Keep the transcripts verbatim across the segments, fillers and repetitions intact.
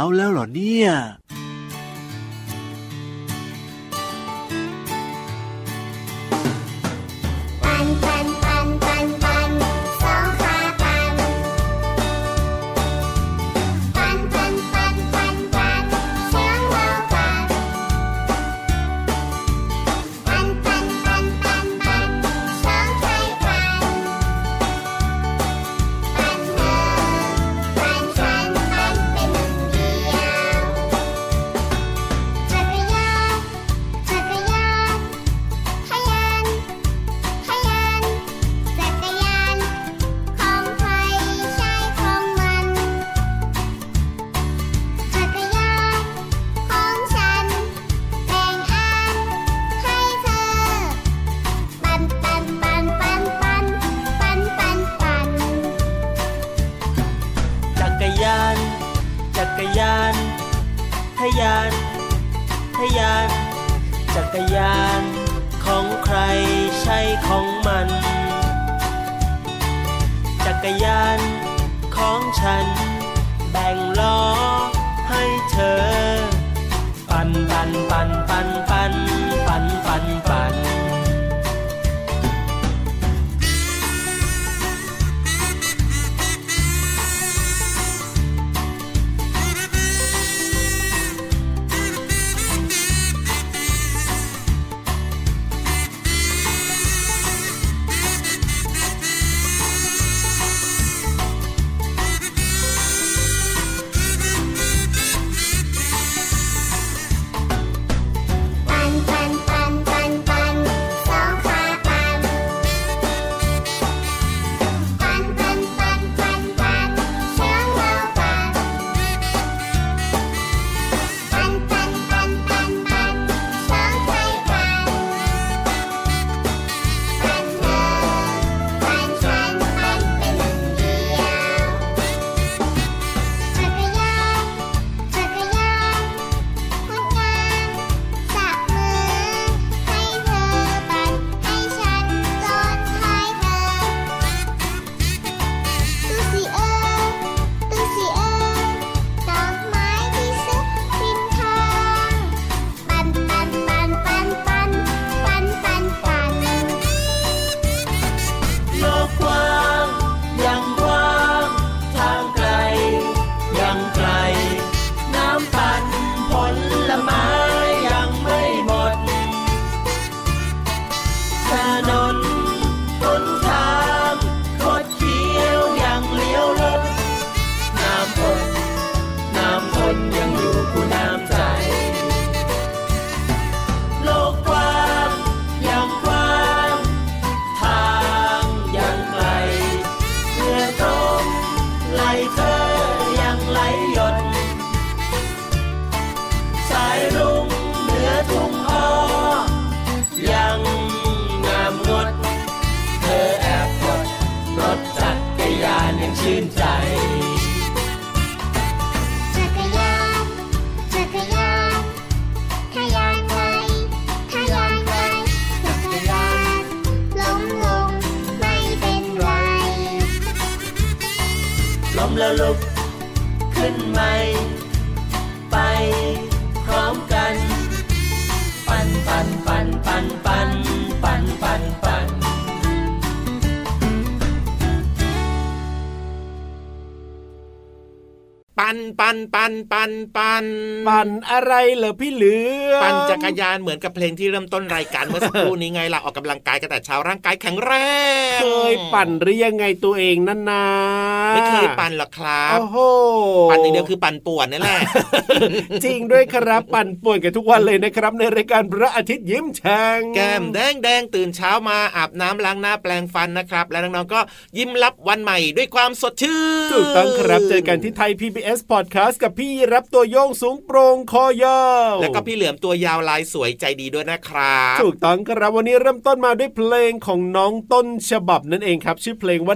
แล้วเหรอเนี่ยจักรยานของใครใช่ของมันจักรยานของฉันแบ่งล้อให้เธอปั่นปั่นปั่นปั่นปั่นปั่นปั่นปั่นชื่นใจจักรยานจักรยานทะยานไกลทะยานไกลจักรยานล้มลงไม่เป็นไรล้มแล้วลุกขึ้นใหม่ไปพร้อมกันปั่นปั่นปั่นปั่นปั่นปั่นปั่นปั่นปั่นปั่นปั่นปั่นปั่นปั่นอะไรเหรอพี่เหลือปั่นจักรยานเหมือนกับเพลงที่เริ่มต้นรายการเมื่อสักครู่นี้ไงล่ะออกกำลังกายกันแต่เช้าร่างกายแข็งแรงเคยปั่นหรือยังไงตัวเองนั่นนะไม่เคยปั่นหรอกครับโอ้โหปั่นอย่างเดียวคือปั่นป่วนนี่แหละจริงด้วยครับปั่นป่วนกันทุกวันเลยนะครับในรายการพระอาทิตย์ยิ้มแฉ่งแก้มแดงแดงตื่นเช้ามาอาบน้ำล้างหน้าแปรงฟันนะครับและน้องๆก็ยิ้มรับวันใหม่ด้วยความสดชื่นถูกต้องครับเจอกันที่ไทย พี บี เอส Podcast กับพี่รับตัวโยงสูงโปร่งคอยาวแล้วก็พี่เหลือมตัวยาวลายสวยใจดีด้วยนะครับถูกต้องครับวันนี้เริ่มต้นมาด้วยเพลงของน้องต้นฉบับนั่นเองครับชื่อเพลงว่านัก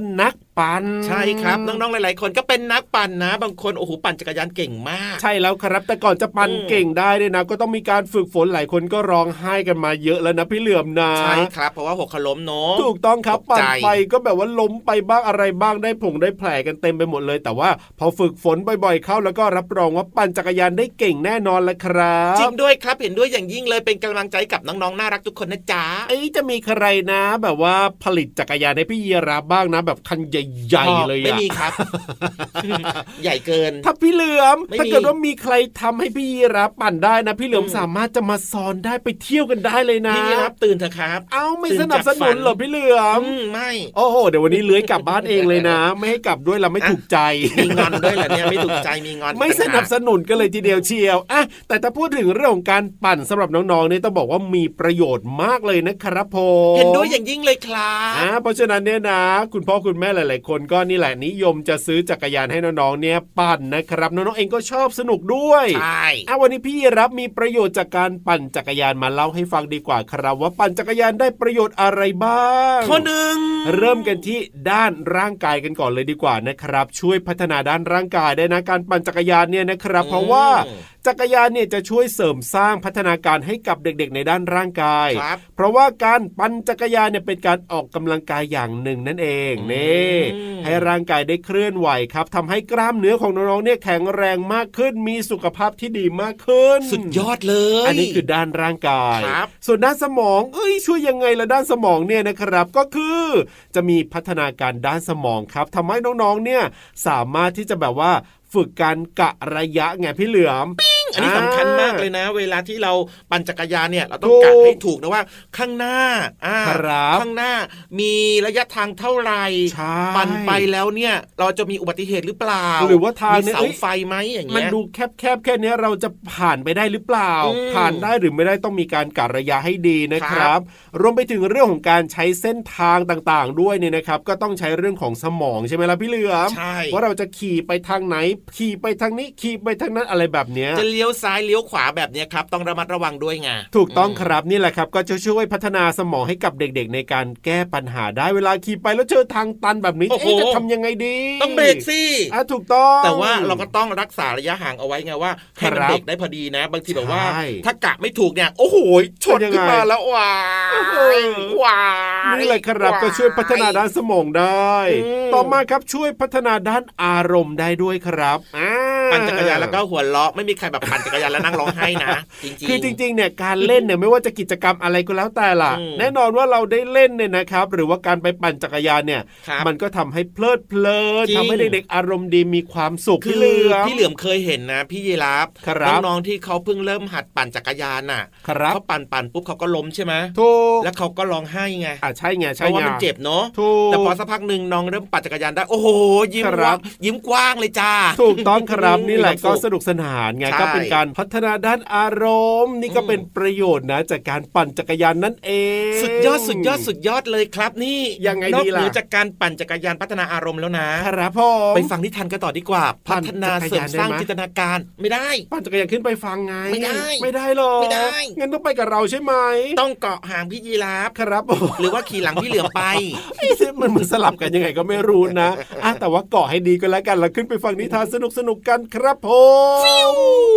ปั่นใช่ครับน้องๆหลายๆคนก็เป็นนักปั่นนะบางคนโอ้โหปั่นจักรยานเก่งมากใช่แล้วครับแต่ก่อนจะปั่นเก่งได้เนี่ยนะก็ต้องมีการฝึกฝนหลายคนก็ร้องไห้กันมาเยอะแล้วนะพี่เหลือมนะใช่ครับเพราะว่าหกล้มเนาะถูกต้องครับปั่นไปก็แบบว่าล้มไปบ้างอะไรบ้างได้ผงได้แผลกันเต็มไปหมดเลยแต่ว่าพอฝึกฝนบ่อยๆเข้าแล้วก็รับรองว่าปั่นจักรยานได้เก่งแน่นอนแหละครับจริงด้วยครับเห็นด้วยอย่างยิ่งเลยเป็นกำลังใจกับน้องๆน่ารักทุกคนนะจ๊ะเอ้ยจะมีใครนะแบบว่าผลิตจักรยานให้พี่ยีราฟบ้างนะแบบคันใหญ่ๆเลยไม่มีครับ ใหญ่เกินถ้าพี่เหลือมถ้าเกิดว่ามีใครทำให้พี่ยีราฟปั่นได้นะพี่เหลือมสามารถจะมาสอนได้ไปเที่ยวกันได้เลยนะพี่ยีราฟตื่นเถอะครับเอ้าไม่สนับสนุนเหรอพี่เหลือมไม่โอ้โหเดี๋ยววันนี้เลื้อยกลับบ้านเองเลยนะไม่ให้กลับด้วยเราไม่ถูกใจมีงอนด้วยเหรอเนี่ยไม่ถูกใจมีงอนไม่สนับสนุนกันเลยทีเดียวเชียวอ่ะแต่ถ้าพูดถึงเรื่องของการปั่นสำหรับน้องๆเนี่ยต้องบอกว่ามีประโยชน์มากเลยนะครับผมเห็นด้วยอย่างยิ่งเลยครับอ่าเพราะฉะนั้นเนี่ยนะคุณพ่อคุณแม่หลายๆคนก็นี่แหละนิยมจะซื้อจักรยานให้น้องๆเนี่ยปั่นนะครับน้องๆเองก็ชอบสนุกด้วยใช่อ่ะวันนี้พี่รับมีประโยชน์จากการปั่นจักรยานมาเล่าให้ฟังดีกว่าครับว่าปั่นจักรยานได้ประโยชน์อะไรบ้างข้อหนึ่งเริ่มกันที่ด้านร่างกายกันก่อนเลยดีกว่านะครับช่วยพัฒนาด้านร่างกายได้นะการปั่นจักรยานเนี่ยนะครับเพราะว่าจักรยานเนี่ยจะช่วยเสริมสร้างพัฒนาการให้กับเด็กๆในด้านร่างกายเพราะว่าการปั่นจักรยานเนี่ยเป็นการออกกำลังกายอย่างหนึ่งนั่นเองนี่ให้ร่างกายได้เคลื่อนไหวครับทำให้กล้ามเนื้อของน้องๆเนี่ยแข็งแรงมากขึ้นมีสุขภาพที่ดีมากขึ้นสุดยอดเลยอันนี้คือด้านร่างกายส่วนด้านสมองเอ้ยช่วยยังไงล่ะด้านสมองเนี่ยนะครับก็คือจะมีพัฒนาการด้านสมองครับทำให้น้องๆเนี่ยสามารถที่จะแบบว่าฝึกการกะระยะไงพี่เหลือมอันนี้สำคัญมากเลยนะเวลาที่เราปั่นจักรยานเนี่ยเราต้องกะให้ถูกนะว่าข้างหน้าอ่าข้างหน้ามีระยะทางเท่าไหร่ปั่นไปแล้วเนี่ยเราจะมีอุบัติเหตุหรือเปล่าหรือว่าทางมีเสาไฟไหมอย่างเงี้ยมันดูแคบๆแค่นี้เราจะผ่านไปได้หรือเปล่าผ่านได้หรือไม่ได้ต้องมีการกะระยะให้ดีนะครับรวมไปถึงเรื่องของการใช้เส้นทางต่างๆด้วยเนี่ยนะครับก็ต้องใช้เรื่องของสมองใช่ไหมล่ะพี่เหลือมว่าเราจะขี่ไปทางไหนขี่ไปทางนี้ขี่ไปทางนั้นอะไรแบบเนี้ยจะเลี้ยวซ้ายเลี้ยวขวาแบบนี้ครับต้องระมัดระวังด้วยไงถูกต้องครับนี่แหละครับก็จะช่วยพัฒนาสมองให้กับเด็กๆในการแก้ปัญหาได้เวลาขี่ไปแล้วเจอทางตันแบบนี้จะทำยังไงดีต้องเบรกสิอ่ะถูกต้องแต่ว่าเราก็ต้องรักษาระยะห่างเอาไว้ไงว่าให้มันเบรกได้พอดีนะบางทีแบบว่าถ้ากะไม่ถูกเนี่ยโอ้โหชนขึ้นมาแล้วว้าวว้าวนี่แหละครับก็ช่วยพัฒนาด้านสมองได้ต่อมาครับช่วยพัฒนาด้านอารมณ์ได้ด้วยครับปั่นจักรยานแล้วก็หัวเราะไม่มีใครแบบปั่นจักรยานแล้วนั่งร้องไห้นะจริงๆคือจริงๆเนี่ยการเล่นเนี่ยไม่ว่าจะกิจกรรมอะไรก็แล้วแต่ล่ะแน่นอนว่าเราได้เล่นเนี่ยนะครับหรือว่าการไปปั่นจักรยานเนี่ยมันก็ทำให้เพลิดเพลินทำให้เด็กๆอารมณ์ดีมีความสุขพี่เหลือมพี่เหลือมเคยเห็นนะพี่ยีราฟน้องๆที่เขาเพิ่งเริ่มหัดปั่นจักรยานน่ะเขาปั่นปั่นปุ๊บเขาก็ล้มใช่ไหมถูกแล้วเขาก็ร้องไห้ไงอ่ะใช่ไงใช่เพราะว่ามันเจ็บเนาะแต่พอสักพักหนึ่งน้องเริ่มปั่นจักรยานได้โอ้โหยิ้มรับยิ้มกว้างเลยจ้าถูกต้องครับนี่แหละก็สนุกสนานไงก็เป็นการพัฒนาด้านอารมณ์นี่ก็เป็นประโยชน์นะจากการปั่นจักรยานนั่นเองสุดยอดสุดยอดสุดยอดเลยครับนี่ยังไงดีล่ะนอกเหนือจากการปั่นจักรยานพัฒนาอารมณ์แล้วนะครับพ่อไปฟังนิทานกันต่อดีกว่าพัฒนาเสริมสร้างจินตนาการไม่ได้ปั่นจักรยานขึ้นไปฟังไงไม่ได้ไม่ได้หรอกไม่ได้งั้นต้องไปกับเราใช่ไหมต้องเกาะหางพี่ยีราฟครับหรือว่าขี่หลังพี่เหลือมไปมันเหมือนสลับกันยังไงก็ไม่รู้นะอ่ะแต่ว่าเกาะให้ดีก็แล้วกันแล้วขึ้นไปฟังนิทานสนุกสนุกกันครับผม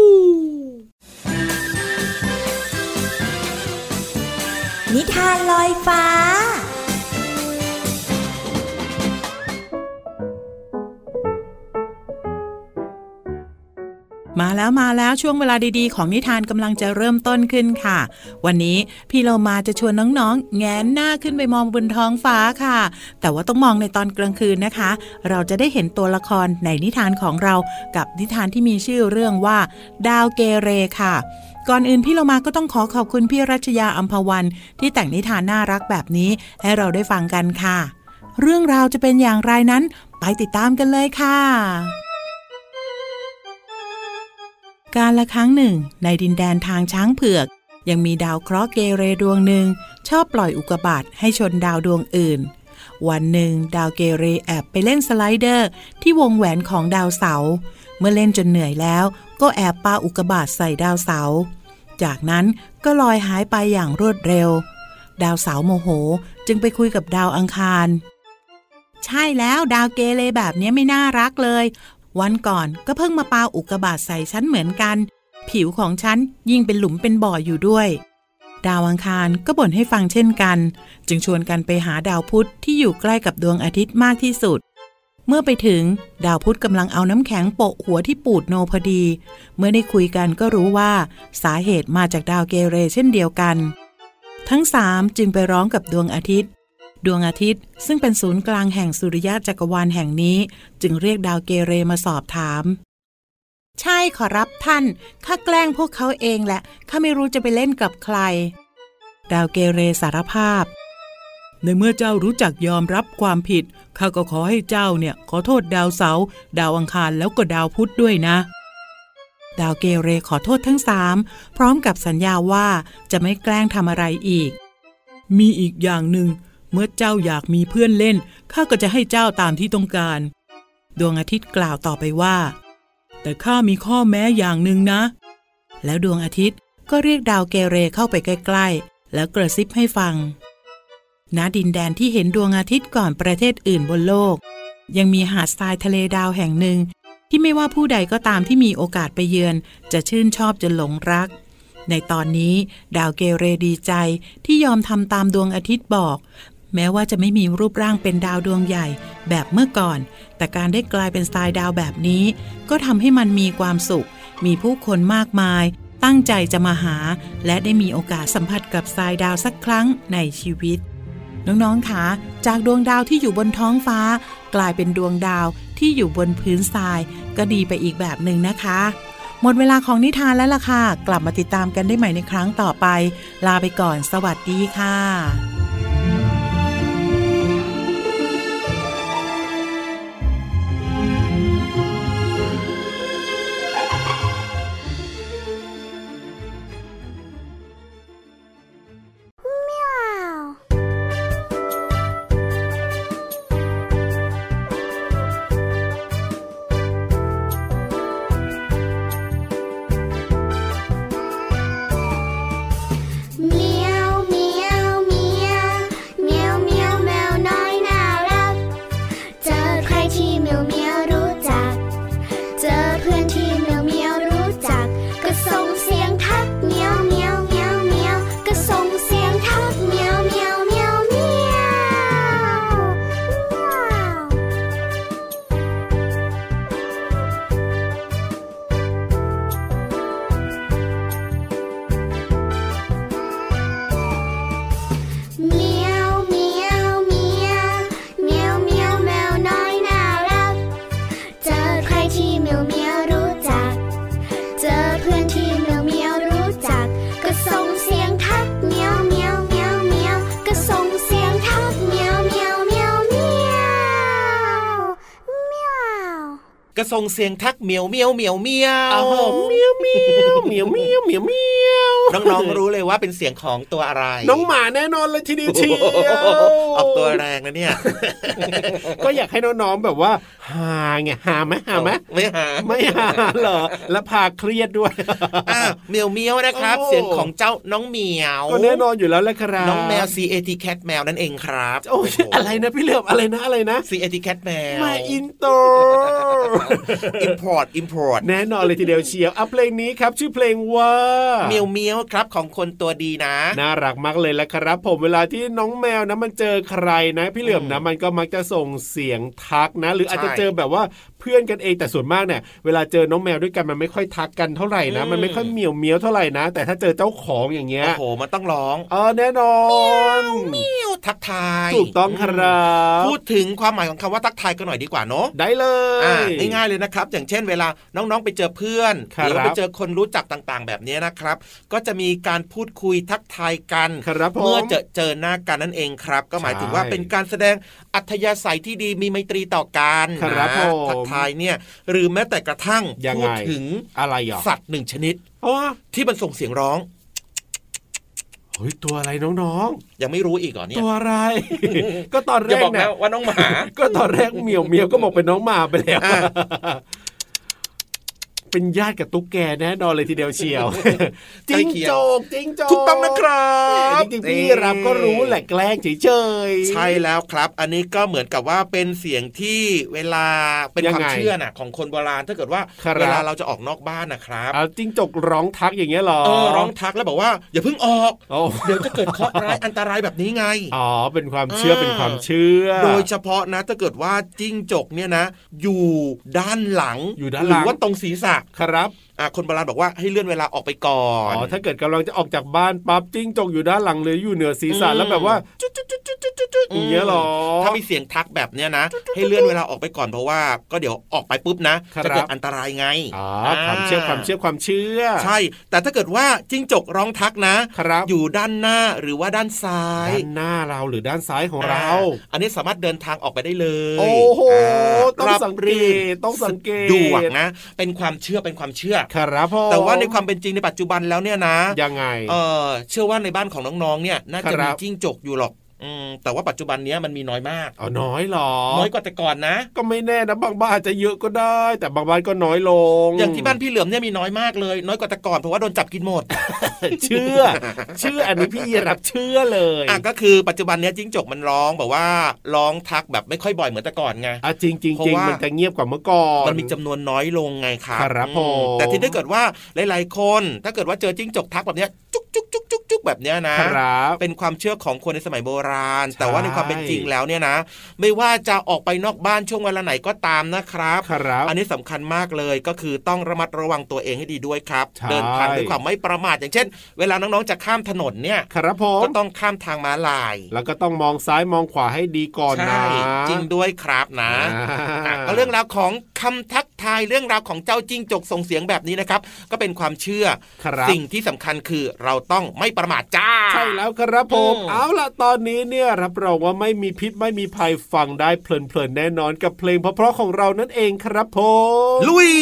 นิทานลอยฟ้ามาแล้วมาแล้วช่วงเวลาดีๆของนิทานกำลังจะเริ่มต้นขึ้นค่ะวันนี้พี่เรามาจะชวนน้องๆแงนหน้าขึ้นไปมองบนท้องฟ้าค่ะแต่ว่าต้องมองในตอนกลางคืนนะคะเราจะได้เห็นตัวละครในนิทานของเรากับนิทานที่มีชื่อเรื่องว่าดาวเกเรค่ะก่อนอื่นพี่เรามาก็ต้องขอขอบคุณพี่รัชยาอัมพวันที่แต่งนิทานน่ารักแบบนี้ให้เราได้ฟังกันค่ะเรื่องราวจะเป็นอย่างไรนั้นไปติดตามกันเลยค่ะกาลละครั้งหนึ่งในดินแดนทางช้างเผือกยังมีดาวเคราะห์เกเรดวงหนึ่งชอบปล่อยอุกกาบาตให้ชนดาวดวงอื่นวันหนึ่งดาวเกเรแอบไปเล่นสไลเดอร์ที่วงแหวนของดาวเสาร์เมื่อเล่นจนเหนื่อยแล้วก็แอบปาอุกกาบาตใส่ดาวเสาร์จากนั้นก็ลอยหายไปอย่างรวดเร็วดาวเสาร์โมโหจึงไปคุยกับดาวอังคารใช่แล้วดาวเกเรแบบนี้ไม่น่ารักเลยวันก่อนก็เพิ่งมาปาอุกกาบาตใส่ฉันเหมือนกันผิวของฉันยิ่งเป็นหลุมเป็นบ่ออยู่ด้วยดาวอังคารก็บ่นให้ฟังเช่นกันจึงชวนกันไปหาดาวพุธที่อยู่ใกล้กับดวงอาทิตย์มากที่สุดเมื่อไปถึงดาวพุธกำลังเอาน้ำแข็งโปะหัวที่ปูดโนพอดีเมื่อได้คุยกันก็รู้ว่าสาเหตุมาจากดาวเกเรเช่นเดียวกันทั้งสามจึงไปร้องกับดวงอาทิตย์ดวงอาทิตย์ซึ่งเป็นศูนย์กลางแห่งสุริยะจักรวาลแห่งนี้จึงเรียกดาวเกเรมาสอบถามใช่ขอรับท่านข้าแกล้งพวกเขาเองแหละข้าไม่รู้จะไปเล่นกับใครดาวเกเรสารภาพในเมื่อเจ้ารู้จักยอมรับความผิดข้าก็ขอให้เจ้าเนี่ยขอโทษดาวเสาร์ดาวอังคารแล้วก็ดาวพุธด้วยนะดาวเกเรขอโทษทั้งสามพร้อมกับสัญญาว่าจะไม่แกล้งทำอะไรอีกมีอีกอย่างหนึ่งเมื่อเจ้าอยากมีเพื่อนเล่นข้าก็จะให้เจ้าตามที่ต้องการดวงอาทิตย์กล่าวต่อไปว่าแต่ข้ามีข้อแม้อย่างหนึ่งนะแล้วดวงอาทิตย์ก็เรียกดาวเกเรเข้าไปใกล้ๆแล้วกระซิบให้ฟังณดินแดนที่เห็นดวงอาทิตย์ก่อนประเทศอื่นบนโลกยังมีหาดทรายทะเลดาวแห่งหนึ่งที่ไม่ว่าผู้ใดก็ตามที่มีโอกาสไปเยือนจะชื่นชอบจนหลงรักในตอนนี้ดาวเกเรดีใจที่ยอมทำตามดวงอาทิตย์บอกแม้ว่าจะไม่มีรูปร่างเป็นดาวดวงใหญ่แบบเมื่อก่อนแต่การได้กลายเป็นทรายดาวแบบนี้ก็ทำให้มันมีความสุขมีผู้คนมากมายตั้งใจจะมาหาและได้มีโอกาสสัมผัสกับทรายดาวสักครั้งในชีวิตน้องๆคะจากดวงดาวที่อยู่บนท้องฟ้ากลายเป็นดวงดาวที่อยู่บนพื้นทรายก็ดีไปอีกแบบหนึ่งนะคะหมดเวลาของนิทานแล้วล่ะค่ะกลับมาติดตามกันได้ใหม่ในครั้งต่อไปลาไปก่อนสวัสดีค่ะก็ส่งเสียงทักเมียวเมียวเมียวเมียวเมียวเมียวเมียวเมียวเมียวเมียวน้องๆรู้เลยว่าเป็นเสียงของตัวอะไรน้องหมาแน่นอนเลยทีเดียวเชียวออกตัวแรงนะเนี่ยก็อยากให้น้องๆแบบว่าหาไงหาไหมหาไหมไม่หาไม่หาเหรอแล้วพาเครียดด้วยอ่ะเมียวเมียวนะครับเสียงของเจ้าน้องเหมียวก็แน่นอนอยู่แล้วแหละครับน้องแมว ซี เอ ที Cat แมวนั่นเองครับโอ้ยอะไรนะพี่เหลือบอะไรนะอะไรนะซี เอ ที Cat แมวมาอินโต import import แน่นอนเลยทีเดียวเชียวอัพเพลงนี้ครับชื่อเพลงว่าเมียวเมียวครับของคนตัวดีนะน่ารักมากเลยแหละครับผมเวลาที่น้องแมวนะมันเจอใครนะพี่เหลือมนะมันก็มักจะส่งเสียงทักนะหรืออาจจะเจอแบบว่าเพื่อนกันเองแต่ส่วนมากเนี่ยเวลาเจอน้องแมวด้วยกันมันไม่ค่อยทักกันเท่าไหร่นะมันไม่ค่อยเมียวเมียวเท่าไหร่นะแต่ถ้าเจอเจ้าของอย่างเงี้ยโอ้โหมันต้องร้องเออแน่นอนเมียวทักทายถูกต้องครับพูดถึงความหมายของคำว่าทักทายกันหน่อยดีกว่าเนาะได้เลยง่ายๆเลยนะครับอย่างเช่นเวลาน้องๆไปเจอเพื่อนหรือไปเจอคนรู้จักต่างๆแบบนี้นะครับก็จะมีการพูดคุยทักทายกันเมื่อเจอเจอหน้ากันนั่นเองครับก็หมายถึงว่าเป็นการแสดงอัธยาศัยที่ดีมีไมตรีต่อกันนะทักทายเนี่ยหรือแม้แต่กระทั่งพูดถึงอะไรสัตว์หนึ่งชนิดที่มันส่งเสียงร้องเฮ้ยตัวอะไรน้องๆยังไม่รู้อีกเหรอเนี่ยตัวอะไรก็ตอนแรกเนี่ยว่าน้องหมาก็ตอนแรกเหมียวเมียวก็บอกเป็นน้องหมาไปแล้วเป็นญาติกับตุ๊กแกแน่นอนเลยทีเดียวเชียวจิ้งจกจิ้งจกถูกต้องนะครับจริงๆพี่รับก็รู้แหละแกล้งเฉยๆใช่แล้วครับอันนี้ก็เหมือนกับว่าเป็นเสียงที่เวลาเป็นความเชื่อน่ะของคนโบราณถ้าเกิดว่าเวลาเราจะออกนอกบ้านนะครับเอาจิ้งจกร้องทักอย่างเงี้ยหรอเออร้องทักแล้วบอกว่าอย่าเพิ่งออกเดี๋ยวจะเกิดเคราะห์ร้ายอันตรายแบบนี้ไงอ๋อเป็นความเชื่อเป็นความเชื่อโดยเฉพาะนะถ้าเกิดว่าจิ้งจกเนี่ยนะอยู่ด้านหลังอยู่ด้านหลังหรือว่าตรงศีรษะครับอ่ะคนโบราณบอกว่าให้เลื่อนเวลาออกไปก่อนอ๋อถ้าเกิดกำลังจะออกจากบ้านปั๊บจิ้งจกอยู่ด้านหลังเลยอยู่เหนือศีรษะแล้วแบบว่าจุ๊ดๆๆๆอย่างเงี้ยหรอถ้ามีเสียงทักแบบเนี้ยนะให้เลื่อนเวลาออกไปก่อนเพราะว่าก็เดี๋ยวออกไปปุ๊บนะจะเกิดอันตรายไงอ๋อความเชื่อความเชื่อความเชื่อใช่แต่ถ้าเกิดว่าจิ้งจกร้องทักนะอยู่ด้านหน้าหรือว่าด้านซ้ายด้านหน้าเราหรือด้านซ้ายของเราอันนี้สามารถเดินทางออกไปได้เลยโอ้โหต้องสังเกตต้องสังเกตดูนะเป็นความเชื่อเป็นความเชื่อครับพ่อแต่ว่าในความเป็นจริงในปัจจุบันแล้วเนี่ยนะยังไงเออเชื่อว่าในบ้านของน้องๆเนี่ยน่าจะมีจิ้งจกอยู่หรอกแต่ว่าปัจจุบันนี้มันมีน้อยมากอ๋อน้อยหรอน้อยกว่าแต่ก่อนนะก็ไม่แน่นะบางบ้านจะเยอะก็ได้แต่บางบ้านก็น้อยลงอย่างที่บ้านพี่เหลือมเนี่ยมีน้อยมากเลยน้อยกว่าแต่ก่อนเพราะว่าโดนจับกินหมดเชื่อเชื่ออันนี้พี่รับเชื่อเลยอ่ะก็คือปัจจุบันนี้จิ้งจกมันร้องแบบว่าร้องทักแบบไม่ค่อยบ่อยเหมือนแต่ก่อนไงอ่ะจริงจริงจริงมันจะเงียบกว่าเมื่อก่อนมันมีจำนวนน้อยลงไงครับครับผมแต่ที่ถ้าเกิดว่าหลายๆคนถ้าเกิดว่าเจอจิ้งจกทักแบบเนี้ยจุ๊กจุ๊กจุ๊กจุ๊กจุ๊กแบบเนี้ยนะเป็นความเชื่อของคนในสมัยโบราณแต่ว่าในความเป็นจริงแล้วเนี่ยนะไม่ว่าจะออกไปนอกบ้านช่วงเวลาไหนก็ตามนะครับอันนี้สำคัญมากเลยก็คือต้องระมัดระวังตัวเองให้ดีด้วยครับเดินทางด้วยความไม่ประมาทอย่างเช่นเวลาน้องๆจะข้ามถนนเนี่ยก็ต้องข้ามทางม้าลายแล้วก็ต้องมองซ้ายมองขวาให้ดีก่อนนะจริงด้วยครับนะก็เรื่องราวของคำทักทายเรื่องราวของเจ้าจิ้งจกส่งเสียงแบบนี้นะครับก็เป็นความเชื่อสิ่งที่สำคัญคือเราต้องไม่ประมาทจ้าใช่แล้วครับผมเอาล่ะตอนนี้เนี่ยรับรองว่าไม่มีพิษไม่มีภัยฟังได้เพลินๆแน่นอนกับเพลงเพราะๆของเรานั่นเองครับผมลุย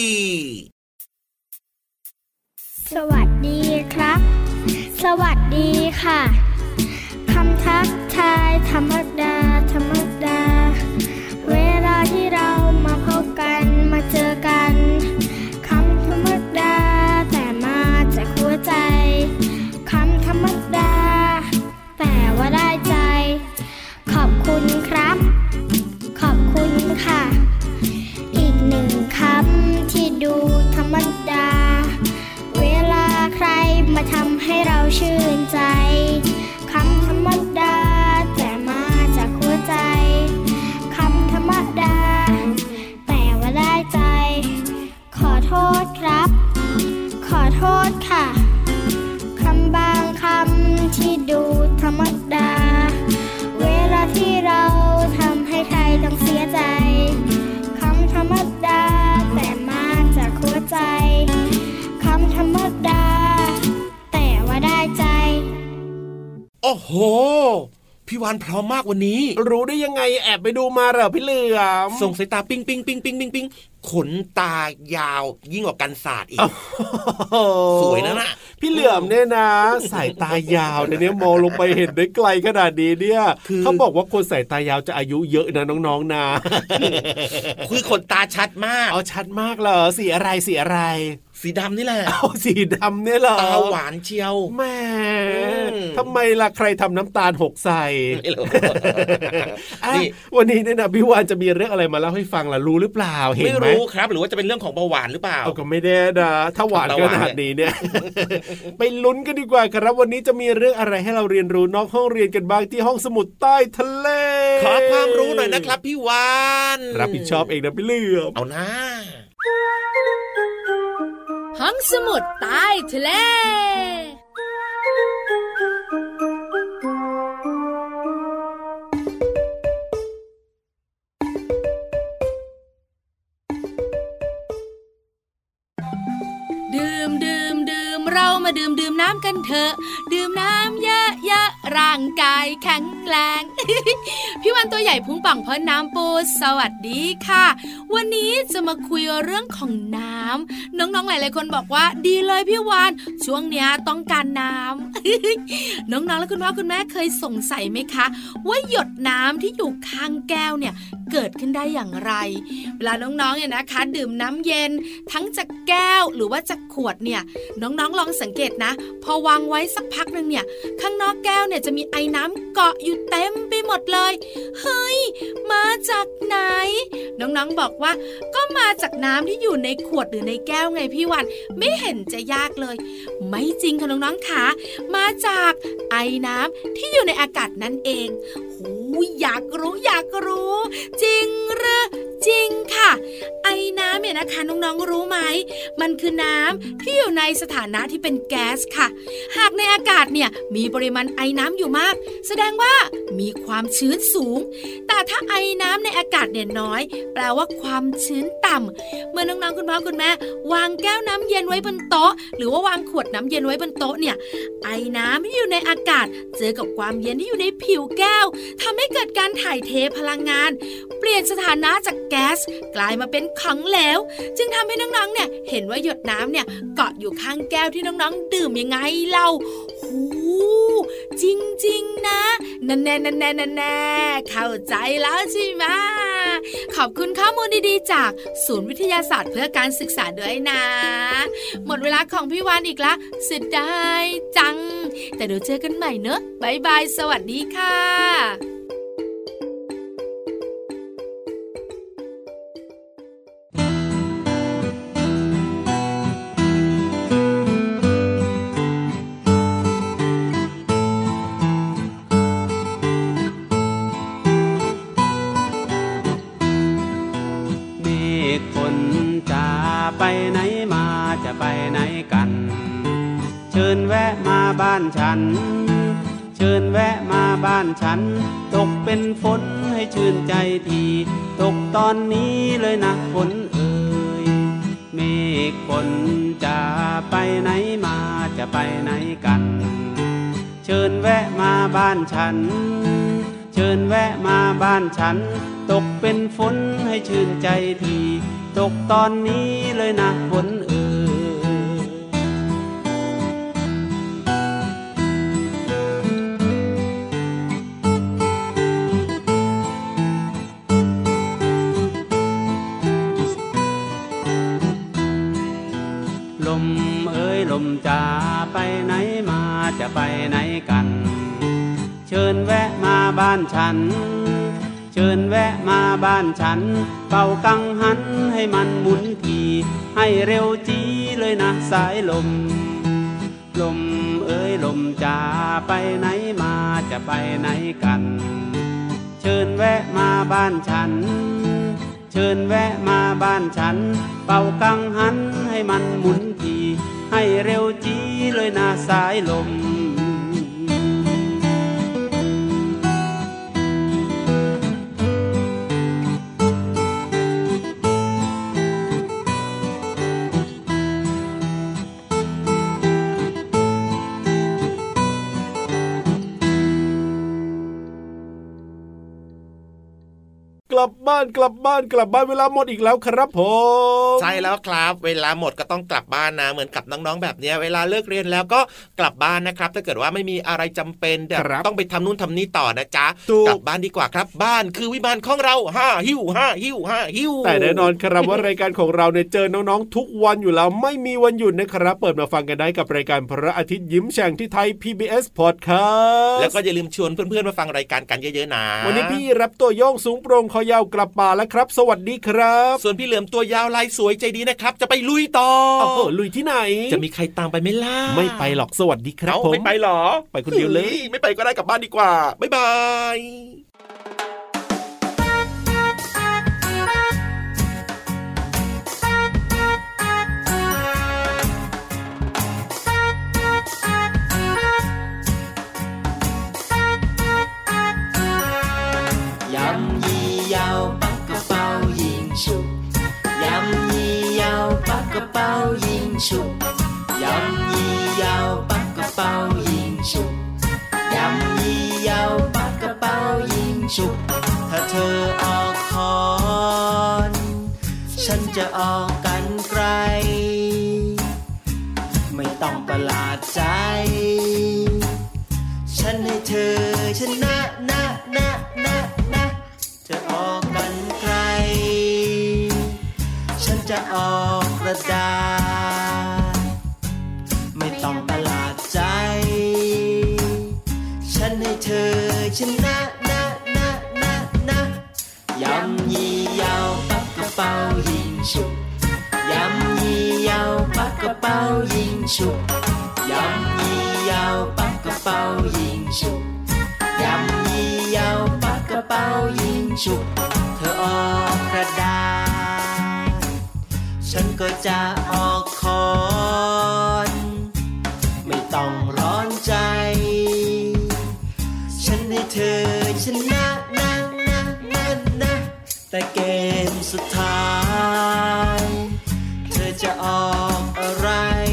สวัสดีครับสวัสดีค่ะคำทักทายธรรมดาธรรมดาเวลาที่เรามาพบกันมาเจอกันคำธรรมดาแต่มาจากหัวใจคำธรรมดาแต่ว่าได้ใจขอบคุณครับขอบคุณค่ะอีกหนึ่งคำที่ดูธรรมดาเวลาใครมาทำให้เราชื่นใจคำธรรมดาแต่มาจากหัวใจคำธรรมดาแต่ว่าได้ใจขอโทษครับขอโทษค่ะคำบางคำที่ดูธรรมดาเวลาที่เราทำให้ใครต้องเสียใจคำธรรมดาแต่มาจากหัวใจคำธรรมดาแต่ว่าได้ใจโอ้โหพี่วานพร้อมมากวันนี้รู้ได้ยังไงแอบไปดูมาเหรอพี่เหลือมส่งสายตาปิ้งปิ้งปิ้งปิ้งปิ้งปิ้งขนตายาวยิ่งกว่ากันศาสตร์อีกสวยนะน่ะพี่เหลือมเนี่ยนะสายตายาวเนี่ยมองลงไปเห็นได้ไกลขนาดนี้เนี่ยเขาบอกว่าคนสายตายาวจะอายุเยอะนะน้องๆนะคือขนตาชัดมากอ๋อชัดมากเหรอสีอะไรสีอะไรสีดำนี่แหละเอาสีดำเนี่ยเหรอตาหวานเชียวแม่ทำไมล่ะใครทำน้ำตาลหกใส่นี่วันนี้เนี่ยนะพี่วานจะมีเรื่องอะไรมาเล่าให้ฟังล่ะรู้หรือเปล่าเห็นไหมไม่รู้ครับหรือว่าจะเป็นเรื่องของเบาหวานหรือเปล่าก็ไม่แน่นะถ้าหวานขนาดนี้เนี่ยไปลุ้นกันดีกว่าครับวันนี้จะมีเรื่องอะไรให้เราเรียนรู้นอกห้องเรียนกันบ้างที่ห้องสมุดใต้ทะเลขอความรู้หน่อยนะครับพี่วานรับผิดชอบเองนะพี่เหลือมเอานะห้องสมุดใต้ทะเลดื่มดื่มดื่มเรามาดื่มดื่มน้ำกันเถอะดื่มน้ำเยอะๆร่างกายแข็งแรง พี่วันตัวใหญ่พุงป่องเพราะน้ำปูสวัสดีค่ะวันนี้จะมาคุยเรื่องของน้ำำน้องๆหลายๆคนบอกว่าดีเลยพี่วานช่วงเนี้ยต้องการน้ำ น้องๆและคุณพ่อคุณแม่เคยสงสัยไหมคะว่าหยดน้ำที่อยู่ข้างแก้วเนี่ยเกิดขึ้นได้อย่างไรเวลาน้องๆเนี่ยนะคะดื่มน้ำเย็นทั้งจากแก้วหรือว่าจากขวดเนี่ยน้องๆลองสังเกตนะพอวางไว้สักพักนึงเนี่ยข้างนอกแก้วเนี่ยจะมีไอ้น้ำเกาะอยู่เต็มไปหมดเลยเฮ้ยมาจากไหนน้องๆบอกว่าก็มาจากน้ำที่อยู่ในขวดหรือในแก้วไงพี่วันไม่เห็นจะยากเลยไม่จริงค่ะน้องๆค่ะมาจากไอ้น้ำที่อยู่ในอากาศนั่นเองหูอยากรู้อยากรู้จริงหรือจริงค่ะไอ้น้ำเนี่ยนะคะน้องๆรู้ไหมมันคือน้ำที่อยู่ในสถานะที่เป็นแก๊สค่ะหากในอากาศเนี่ยมีปริมาณไอ้น้ำอยู่มากแสดงว่ามีความชื้นสูงแต่ถ้าไอ้น้ำในอากาศเนี่ยน้อยแปลว่าความชื้นต่ำเมื่อน้องๆคุณพ่อคุณแม่วางแก้วน้ำเย็นไว้บนโต๊ะหรือว่าวางขวดน้ำเย็นไว้บนโต๊ะเนี่ยไอ้น้ำที่อยู่ในอากาศเจอกับความเย็นที่อยู่ในผิวแก้วทำให้เกิดการถ่ายเทพลังงานเปลี่ยนสถานะจากแก๊สกลายมาเป็นของเหลวจึงทำให้น้องๆเนี่ยเห็นว่าหยดน้ำเนี่ยเกาะอยู่ข้างแก้วที่น้องๆดื่มยังไงเล่าหูจริงๆนะนั่นแน่นั่นแน่นั่นแน่เข้าใจแล้วใช่ไหมขอบคุณข้อมูลดีๆจากศูนย์วิทยาศาสตร์เพื่อการศึกษาด้วยนะหมดเวลาของพี่วานอีกละเสียดายจังแต่เดี๋ยวเจอกันใหม่เนอะบ๊ายบายสวัสดีค่ะไปไหนมาจะไปไหนกันเชิญแวะมาบ้านฉันเชิญแวะมาบ้านฉันตกเป็นฝนให้ชื่นใจทีตกตอนนี้เลยนะฝนเอ่ยเมฆฝนจะไปไหนมาจะไปไหนกันเชิญแวะมาบ้านฉันเชิญแวะมาบ้านฉันตกเป็นฝนให้ชื่นใจทีตกตอนนี้เลยนะฝนเอ่ยลมเอ้ยลมจะไปไหนมาจะไปไหนกันเชิญแวะมาบ้านฉันเชิญแวะมาบ้านฉันเป่ากังหันให้มันหมุนทีให้เร็วจีเลยนะสายลมลมเอ้ยลมจะไปไหนมาจะไปไหนกันเชิญแวะมาบ้านฉันเชิญแวะมาบ้านฉันเป่ากังหันให้มันหมุนทีให้เร็วจีเลยนะสายลมกลับบ้านกลับบ้านกลับบ้านเวลาหมดอีกแล้วครับผมใช่แล้วครับเวลาหมดก็ต้องกลับบ้านนะเหมือนกับน้องๆแบบนี้เวลาเลิกเรียนแล้วก็กลับบ้านนะครับถ้าเกิดว่าไม่มีอะไรจำเป็นแต่ต้องไปทำนู่นทำนี่ต่อนะจ๊ะกลับบ้านดีกว่าครับบ้านคือวิมานของเราห้าหิ้วห้าหิ้วห้าหิ้วแต่แน่นอนครับว่ารายการของเราเนี่ยเจอน้องๆทุกวันอยู่แล้วไม่มีวันหยุดนะครับเปิดมาฟังกันได้กับรายการพระอาทิตย์ยิ้มแฉ่งที่ไทย พี บี เอส Podcast แล้วก็อย่าลืมชวนเพื่อนๆมาฟังรายการกันเยอะๆนะวันนี้พี่รับตัวโยงสูงโปร่งคอยาวกลับป่าแล้วครับสวัสดีครับส่วนพี่เหลือมตัวยาวลายสวยใจดีนะครับจะไปลุยต่อโอ้โหลุยที่ไหนจะมีใครตามไปไหมล่ะไม่ไปหรอกสวัสดีครับผมไม่ไปหรอไปคนเดียวเลยไม่ไปก็ได้กลับบ้านดีกว่าบ๊ายบายชุบยำยี่ยาวปักกระเป๋ายิงชุบยำยี่ยาวปักกระเป๋ายิงชุบถ้าเธอออกคอนฉันจะออกกันไกลประหลาดใจฉันให้เธอชนะนะนะนะนะจะออกกันใครฉันจะออกกระดาษไม่ต้องประหลาดใจฉันให้เธอชนะนะนะนะนะยำยี่ยาวปักกระเป๋ายิงฉุบยำยี่ยาวปักกระเป๋ายิงฉุบยำยี่ยาวปักกระเป๋ายิงฉุบยำยี่ยาวปักกระเป๋ายิงฉุบเธอออกกระดาษฉันก็จะออกคอนไม่ต้องร้อนใจฉันให้เธอชนะนะนะนะนะแต่เกมสุดท้ายเธอจะออกอะไร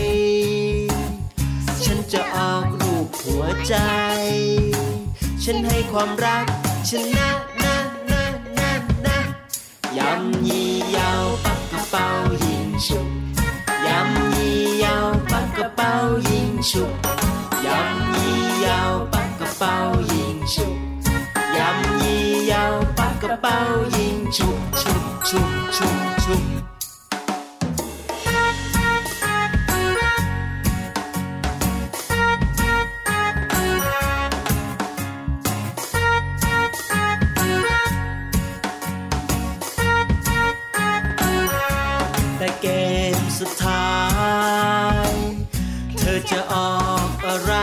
ฉันจะออกรูปหัวใจฉันให้ความรักชนะนะนะนะนะยำยี่ยาวปักกระเป๋ายิงฉุบยำยี่ยาวปักกระเป๋ายิงฉุบยำยี่ยาวปักกระเป๋ายิงฉุบยำยี่ยาวปักกระเป๋ายิงฉุบฉุบฉุบฉุบฉุบแต่เกมสุดท้ายเธอจะออกอะไร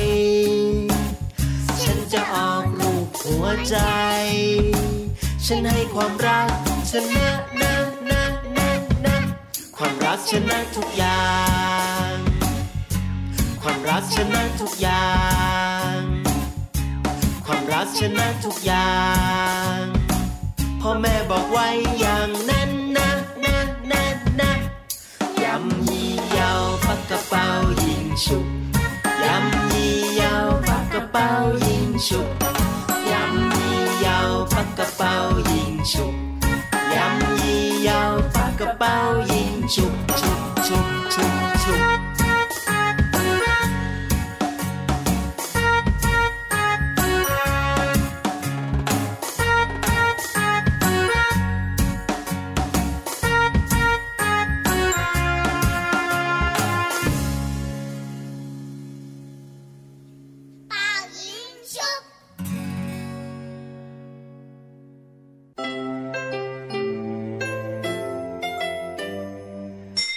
ฉันจะออกรูปหัวใจฉันให้ความรักชนะนะนะนะนะความรักชนะทุกอย่างความรักชนะทุกอย่างความรักชนะทุกอย่างพ่อแม่บอกไว้อย่างนั้นนะนะนะนะยำยี่ยาวปักกระเป๋ายิงฉุบยำยี่ยาวปักกระเป๋ายิงฉุบยำยี่ยาวปักกระเป๋ายิงฉุบยำยี่ยาวปักกระเป๋ายิงฉุบฉุบฉุบฉุบฉุบ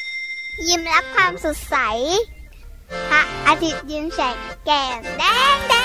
ยิ้มรับความสดใสพระอาทิตย์ยิ้มแฉกแก้มแดงแด